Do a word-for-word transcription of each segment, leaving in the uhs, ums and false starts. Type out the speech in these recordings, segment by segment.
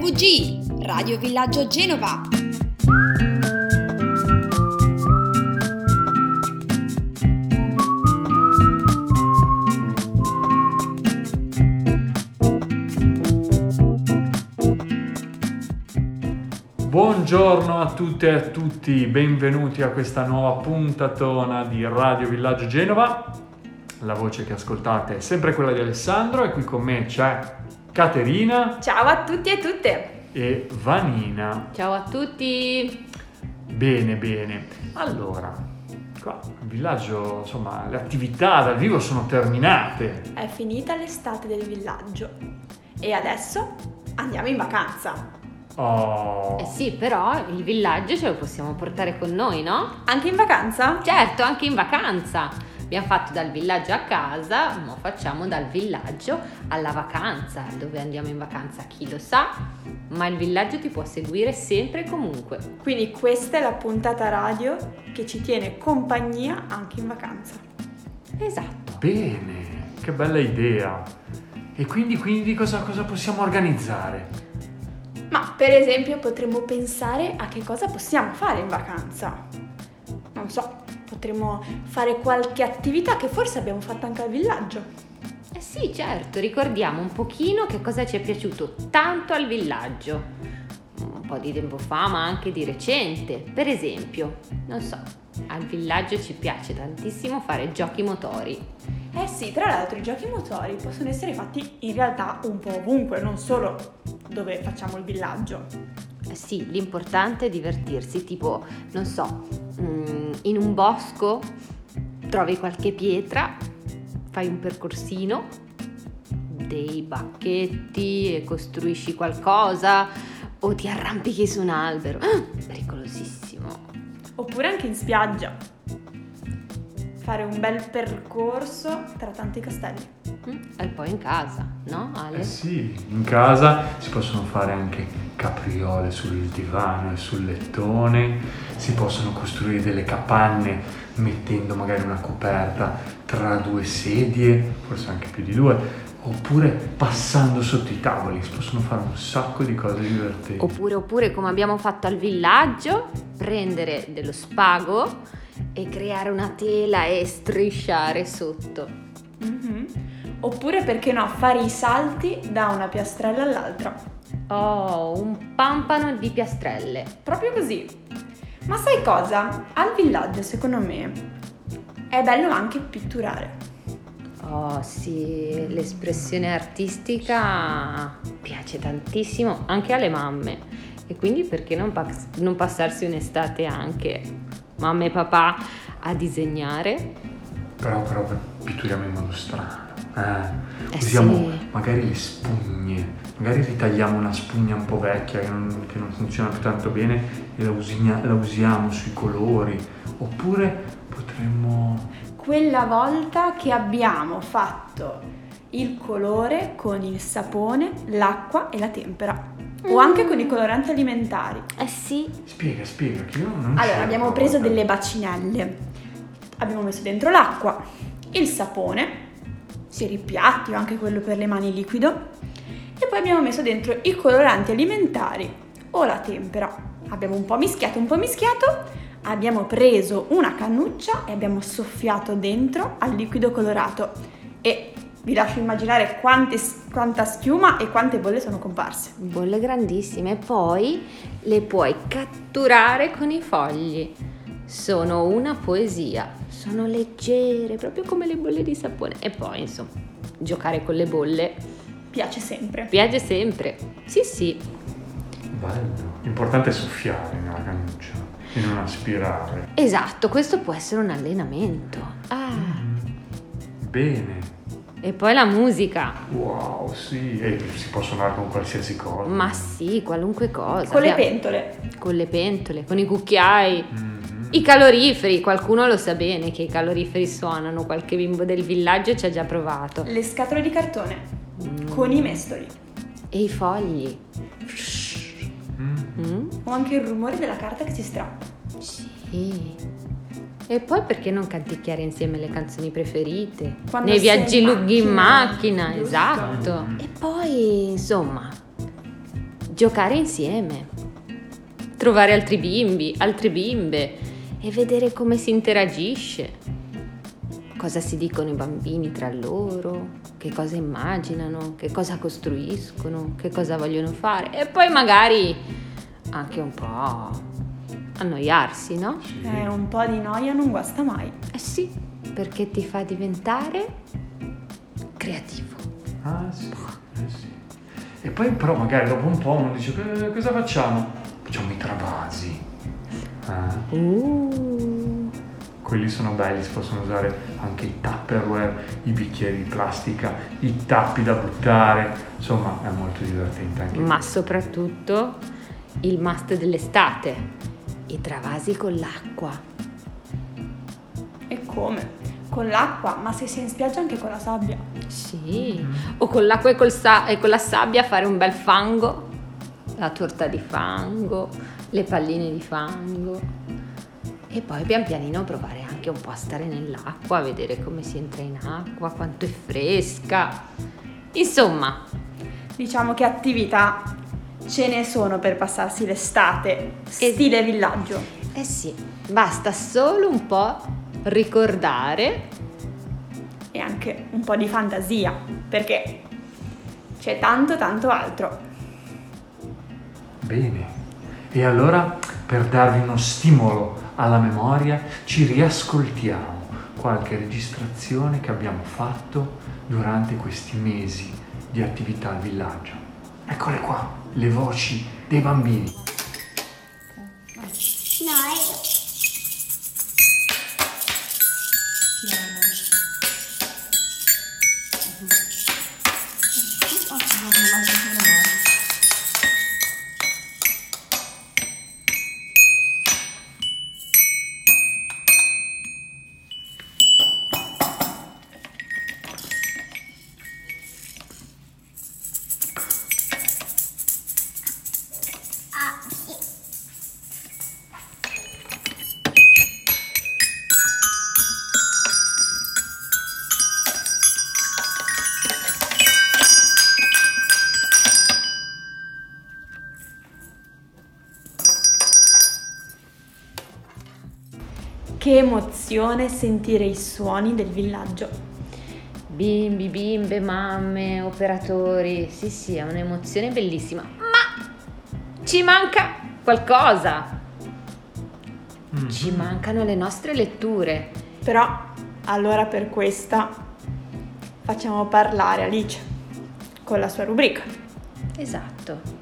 V G, Radio Villaggio Genova. Buongiorno a tutte e a tutti, benvenuti a questa nuova puntatona di Radio Villaggio Genova. La voce che ascoltate è sempre quella di Alessandro e qui con me c'è Caterina. Ciao a tutti e tutte. E Vanina. Ciao a tutti. Bene, bene. Allora, qua il villaggio, insomma, le attività dal vivo sono terminate. È finita l'estate del villaggio e adesso andiamo in vacanza. Oh. Eh sì, però il villaggio ce lo possiamo portare con noi, no? Anche in vacanza? Certo, anche in vacanza. Abbiamo fatto dal villaggio a casa, ma facciamo dal villaggio alla vacanza. Dove andiamo in vacanza chi lo sa, ma il villaggio ti può seguire sempre e comunque. Quindi questa è la puntata radio che ci tiene compagnia anche in vacanza. Esatto. Bene, che bella idea. E quindi, quindi cosa, cosa possiamo organizzare? Ma per esempio potremmo pensare a che cosa possiamo fare in vacanza. Non so, potremmo fare qualche attività che forse abbiamo fatto anche al villaggio. Eh sì, certo, ricordiamo un pochino che cosa ci è piaciuto tanto al villaggio. Un po' di tempo fa, ma anche di recente. Per esempio, non so, al villaggio ci piace tantissimo fare giochi motori. Eh sì, tra l'altro i giochi motori possono essere fatti in realtà un po' ovunque, non solo dove facciamo il villaggio. Eh sì, l'importante è divertirsi, tipo, non so, in un bosco trovi qualche pietra, fai un percorsino, dei bacchetti e costruisci qualcosa o ti arrampichi su un albero. Ah, pericolosissimo. Oppure anche in spiaggia. Fare un bel percorso tra tanti castelli. Mm, e poi in casa, no Ale? Eh sì, in casa si possono fare anche capriole sul divano e sul lettone, si possono costruire delle capanne mettendo magari una coperta tra due sedie, forse anche più di due, oppure passando sotto i tavoli, si possono fare un sacco di cose divertenti. Oppure, oppure come abbiamo fatto al villaggio, prendere dello spago e creare una tela e strisciare sotto. Mm-hmm. Oppure, perché no, fare i salti da una piastrella all'altra. Oh, un pampano di piastrelle. Proprio così. Ma sai cosa? Al villaggio, secondo me, è bello anche pitturare. Oh sì, l'espressione artistica piace tantissimo anche alle mamme. E quindi perché non, pa- non passarsi un'estate anche mamma e papà a disegnare? Però, però pitturiamo in modo strano. Eh, eh usiamo sì. magari le spugne, magari ritagliamo una spugna un po' vecchia che non, che non funziona più tanto bene e la, usigna, la usiamo sui colori. Oppure potremmo... Quella volta che abbiamo fatto il colore con il sapone, l'acqua e la tempera. O anche con i coloranti alimentari. Eh sì. Spiega, spiega, che io non Allora, abbiamo preso delle bacinelle, abbiamo messo dentro l'acqua, il sapone, sia il piatti o anche quello per le mani liquido, e poi abbiamo messo dentro i coloranti alimentari o la tempera. Abbiamo un po' mischiato, un po' mischiato, abbiamo preso una cannuccia e abbiamo soffiato dentro al liquido colorato. E vi lascio immaginare quante, quanta schiuma e quante bolle sono comparse. Bolle grandissime. E poi le puoi catturare con i fogli. Sono una poesia. Sono leggere, proprio come le bolle di sapone. E poi, insomma, giocare con le bolle piace sempre. Piace sempre. Sì, sì. Bello. L'importante è soffiare nella cannuccia e non aspirare. Esatto, questo può essere un allenamento. Ah. Mm. Bene. E poi la musica. Wow, sì. E si può suonare con qualsiasi cosa. Ma sì, qualunque cosa. Con le pentole. Con le pentole, con i cucchiai. Mm-hmm. I caloriferi, qualcuno lo sa bene che i caloriferi suonano, qualche bimbo del villaggio ci ha già provato. Le scatole di cartone. Mm. Con i mestoli. E i fogli. Mm. Mm? O anche il rumore della carta che si strappa. Sì. E poi perché non canticchiare insieme le canzoni preferite? Quando nei sei viaggi in lunghi in macchina, macchina, giusto? esatto. Mm. E poi, insomma, giocare insieme, trovare altri bimbi, altre bimbe e vedere come si interagisce, cosa si dicono i bambini tra loro, che cosa immaginano, che cosa costruiscono, che cosa vogliono fare e poi magari anche un po' annoiarsi, no? Eh, un po' di noia non guasta mai. Eh sì, perché ti fa diventare creativo. Ah sì, eh sì. E poi però magari dopo un po' uno dice, "Eh, cosa facciamo? Facciamo i travasi. Eh? Uh. Quelli sono belli, si possono usare anche i Tupperware, i bicchieri di plastica, i tappi da buttare, insomma è molto divertente anche. Ma soprattutto il must dell'estate, i travasi con l'acqua. E come? Con l'acqua, ma se sei in spiaggia anche con la sabbia. Sì, mm. o con l'acqua e, col sa- e con la sabbia fare un bel fango, la torta di fango, le palline di fango. E poi pian pianino provare anche un po' a stare nell'acqua, a vedere come si entra in acqua, quanto è fresca. Insomma, diciamo che attività ce ne sono per passarsi l'estate, stile villaggio. Eh sì, basta solo un po' ricordare e anche un po' di fantasia, perché c'è tanto tanto altro. Bene, e allora per darvi uno stimolo alla memoria ci riascoltiamo qualche registrazione che abbiamo fatto durante questi mesi di attività al villaggio. Eccole qua, le voci dei bambini. No, io. Che emozione sentire i suoni del villaggio. Bimbi, bimbe, mamme, operatori. Sì, sì, è un'emozione bellissima. Ma ci manca qualcosa. Mm. Ci mancano le nostre letture. Però, allora per questa facciamo parlare Alice con la sua rubrica. Esatto.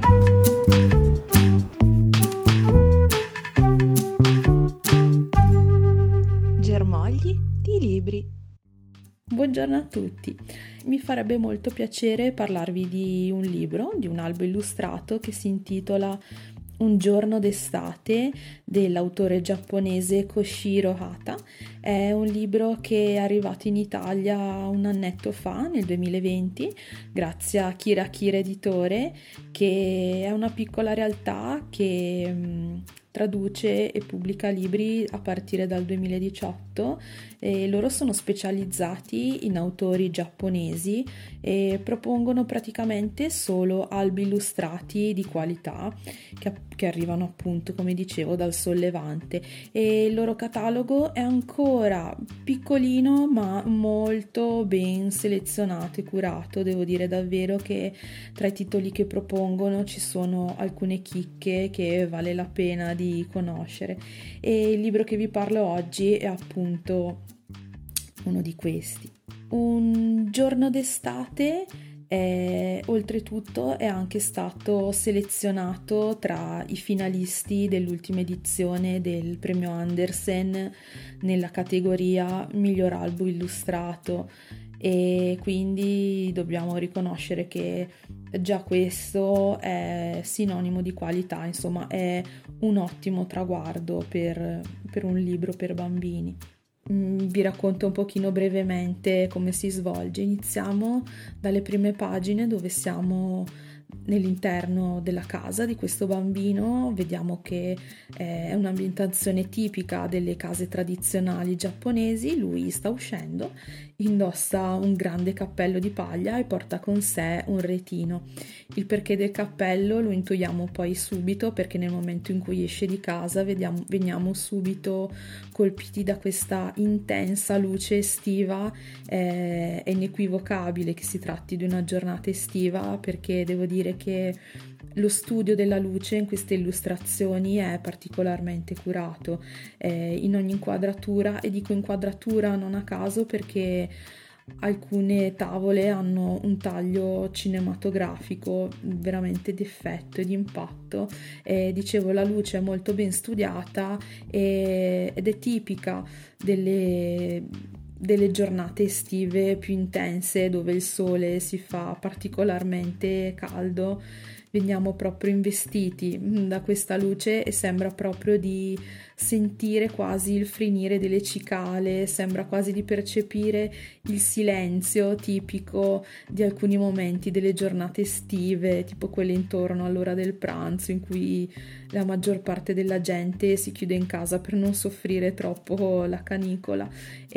Germogli di libri. Buongiorno a tutti. Mi farebbe molto piacere parlarvi di un libro, di un albo illustrato che si intitola Un giorno d'estate dell'autore giapponese Koshiro Hata. È un libro che è arrivato in Italia un annetto fa, nel duemilaventi, grazie a Kira Kira Editore, che è una piccola realtà che mh, traduce e pubblica libri a partire dal duemiladiciotto e loro sono specializzati in autori giapponesi e propongono praticamente solo albi illustrati di qualità che, che arrivano appunto, come dicevo, dal Sollevante, e il loro catalogo è ancora piccolino ma molto ben selezionato e curato. Devo dire davvero che tra i titoli che propongono ci sono alcune chicche che vale la pena di conoscere, e il libro che vi parlo oggi è appunto uno di questi. Un giorno d'estate è, oltretutto è anche stato selezionato tra i finalisti dell'ultima edizione del premio Andersen nella categoria miglior albo illustrato, e quindi dobbiamo riconoscere che già questo è sinonimo di qualità, insomma è un ottimo traguardo per, per un libro per bambini. Vi racconto un pochino brevemente come si svolge. Iniziamo dalle prime pagine dove siamo nell'interno della casa di questo bambino. Vediamo che è un'ambientazione tipica delle case tradizionali giapponesi. Lui sta uscendo indossa un grande cappello di paglia e porta con sé un retino. Il perché del cappello lo intuiamo poi subito, perché nel momento in cui esce di casa vediamo, veniamo subito colpiti da questa intensa luce estiva. Eh, è inequivocabile che si tratti di una giornata estiva, perché devo dire che lo studio della luce in queste illustrazioni è particolarmente curato eh, in ogni inquadratura, e dico inquadratura non a caso perché alcune tavole hanno un taglio cinematografico veramente d'effetto e di impatto. Eh, dicevo, la luce è molto ben studiata e, ed è tipica delle delle giornate estive più intense, dove il sole si fa particolarmente caldo. Veniamo proprio investiti da questa luce e sembra proprio di sentire quasi il frinire delle cicale, sembra quasi di percepire il silenzio tipico di alcuni momenti delle giornate estive, tipo quelle intorno all'ora del pranzo, in cui la maggior parte della gente si chiude in casa per non soffrire troppo la canicola.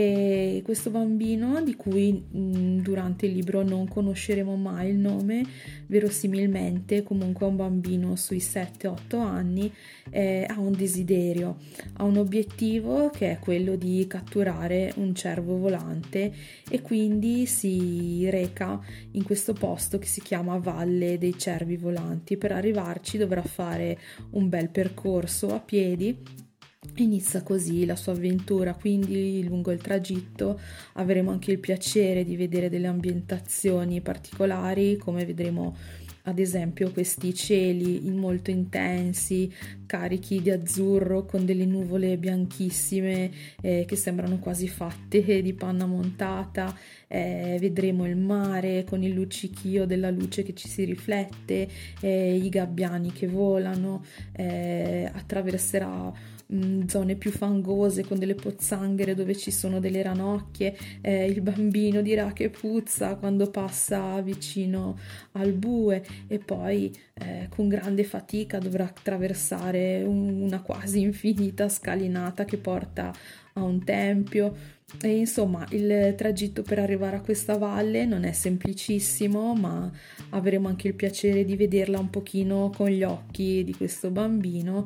E questo bambino, di cui mh, durante il libro non conosceremo mai il nome, verosimilmente comunque è un bambino sui sette otto anni, eh, ha un desiderio, ha un obiettivo che è quello di catturare un cervo volante, e quindi si reca in questo posto che si chiama Valle dei Cervi Volanti. Per arrivarci dovrà fare un bel percorso a piedi. Inizia così la sua avventura, quindi lungo il tragitto avremo anche il piacere di vedere delle ambientazioni particolari, come vedremo ad esempio questi cieli molto intensi, carichi di azzurro, con delle nuvole bianchissime eh, che sembrano quasi fatte di panna montata. Eh, vedremo il mare con il luccichio della luce che ci si riflette, eh, i gabbiani che volano, eh, attraverserà zone più fangose con delle pozzanghere dove ci sono delle ranocchie. Eh, il bambino dirà che puzza quando passa vicino al bue, e poi eh, con grande fatica dovrà attraversare un, una quasi infinita scalinata che porta a un tempio. E insomma, il tragitto per arrivare a questa valle non è semplicissimo, ma avremo anche il piacere di vederla un pochino con gli occhi di questo bambino,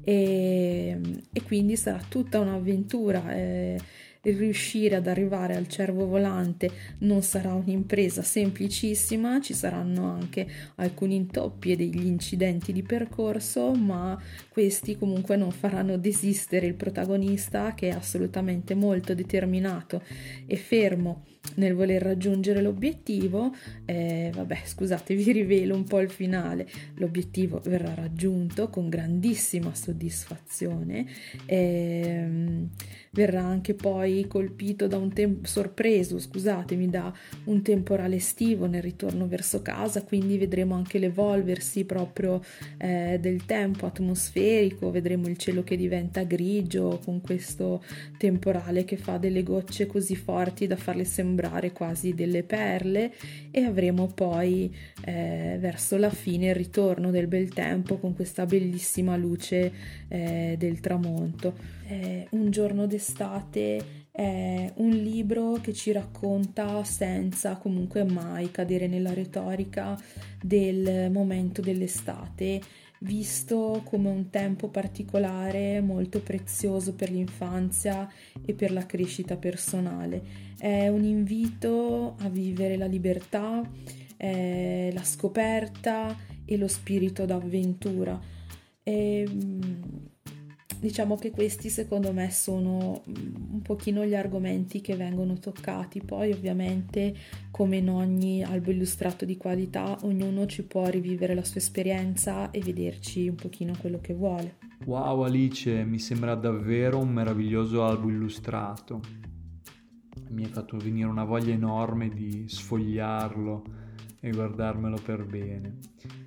e, e quindi sarà tutta un'avventura. Eh, il riuscire ad arrivare al cervo volante non sarà un'impresa semplicissima, ci saranno anche alcuni intoppi e degli incidenti di percorso, ma questi comunque non faranno desistere il protagonista, che è assolutamente molto determinato e fermo nel voler raggiungere l'obiettivo. Eh, vabbè, scusate, vi rivelo un po' il finale. L'obiettivo verrà raggiunto con grandissima soddisfazione, eh, verrà anche poi colpito da un tempo sorpreso, scusatemi, da un temporale estivo nel ritorno verso casa, quindi vedremo anche l'evolversi proprio eh, del tempo atmosferico, vedremo il cielo che diventa grigio con questo temporale che fa delle gocce così forti da farle sembrare quasi delle perle, e avremo poi eh, verso la fine il ritorno del bel tempo con questa bellissima luce eh, del tramonto. Eh, un giorno d'estate è un libro che ci racconta, senza comunque mai cadere nella retorica, del momento dell'estate, visto come un tempo particolare molto prezioso per l'infanzia e per la crescita personale. È un invito a vivere la libertà, eh, la scoperta e lo spirito d'avventura. E, diciamo che questi secondo me sono un pochino gli argomenti che vengono toccati. Poi ovviamente, come in ogni albo illustrato di qualità, ognuno ci può rivivere la sua esperienza e vederci un pochino quello che vuole. Wow Alice, mi sembra davvero un meraviglioso albo illustrato. Mi hai fatto venire una voglia enorme di sfogliarlo e guardarmelo per bene.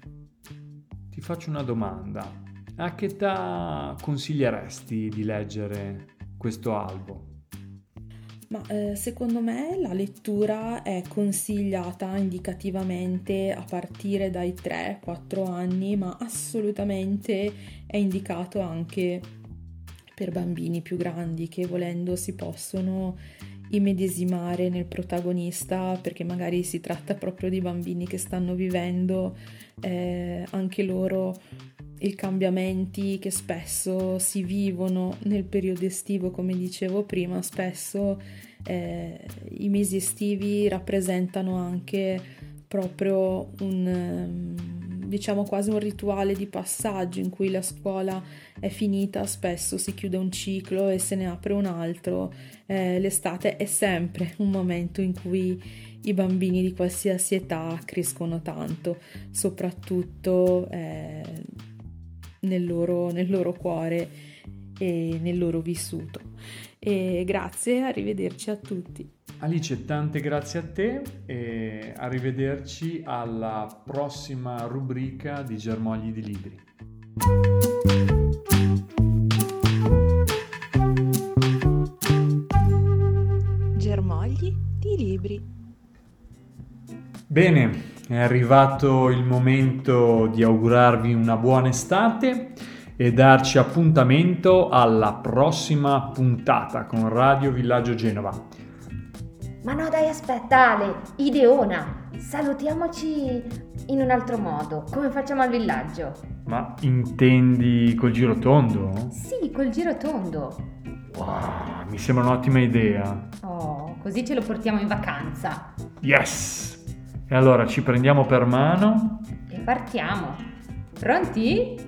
Ti faccio una domanda. A che età consiglieresti di leggere questo albo? Ma eh, secondo me la lettura è consigliata indicativamente a partire dai tre quattro anni, ma assolutamente è indicato anche per bambini più grandi, che volendo si possono immedesimare nel protagonista, perché magari si tratta proprio di bambini che stanno vivendo eh, anche loro i cambiamenti che spesso si vivono nel periodo estivo. Come dicevo prima, spesso eh, i mesi estivi rappresentano anche proprio un, diciamo quasi un rituale di passaggio in cui la scuola è finita, spesso si chiude un ciclo e se ne apre un altro. Eh, l'estate è sempre un momento in cui i bambini di qualsiasi età crescono tanto, soprattutto eh, nel loro, nel loro cuore e nel loro vissuto. E grazie, arrivederci a tutti. Alice, tante grazie a te e arrivederci alla prossima rubrica di Germogli di Libri. Germogli di Libri. Bene, è arrivato il momento di augurarvi una buona estate e darci appuntamento alla prossima puntata con Radio Villaggio Genova. Ma no dai, aspetta Ale, ideona, salutiamoci in un altro modo, come facciamo al villaggio. Ma intendi col girotondo? Sì, col girotondo. Wow, mi sembra un'ottima idea. Oh, così ce lo portiamo in vacanza. Yes! E allora ci prendiamo per mano E partiamo. Pronti?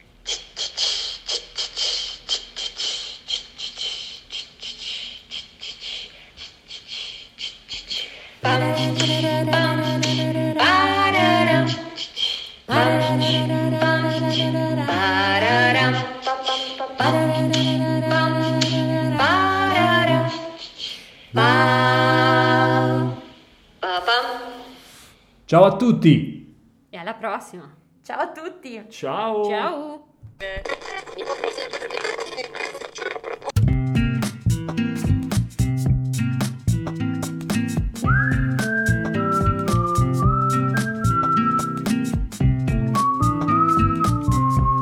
Ciao a tutti! E alla prossima. Ciao a tutti! Ciao! Ciao!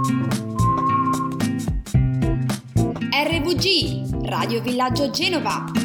R V G, Radio Villaggio Genova.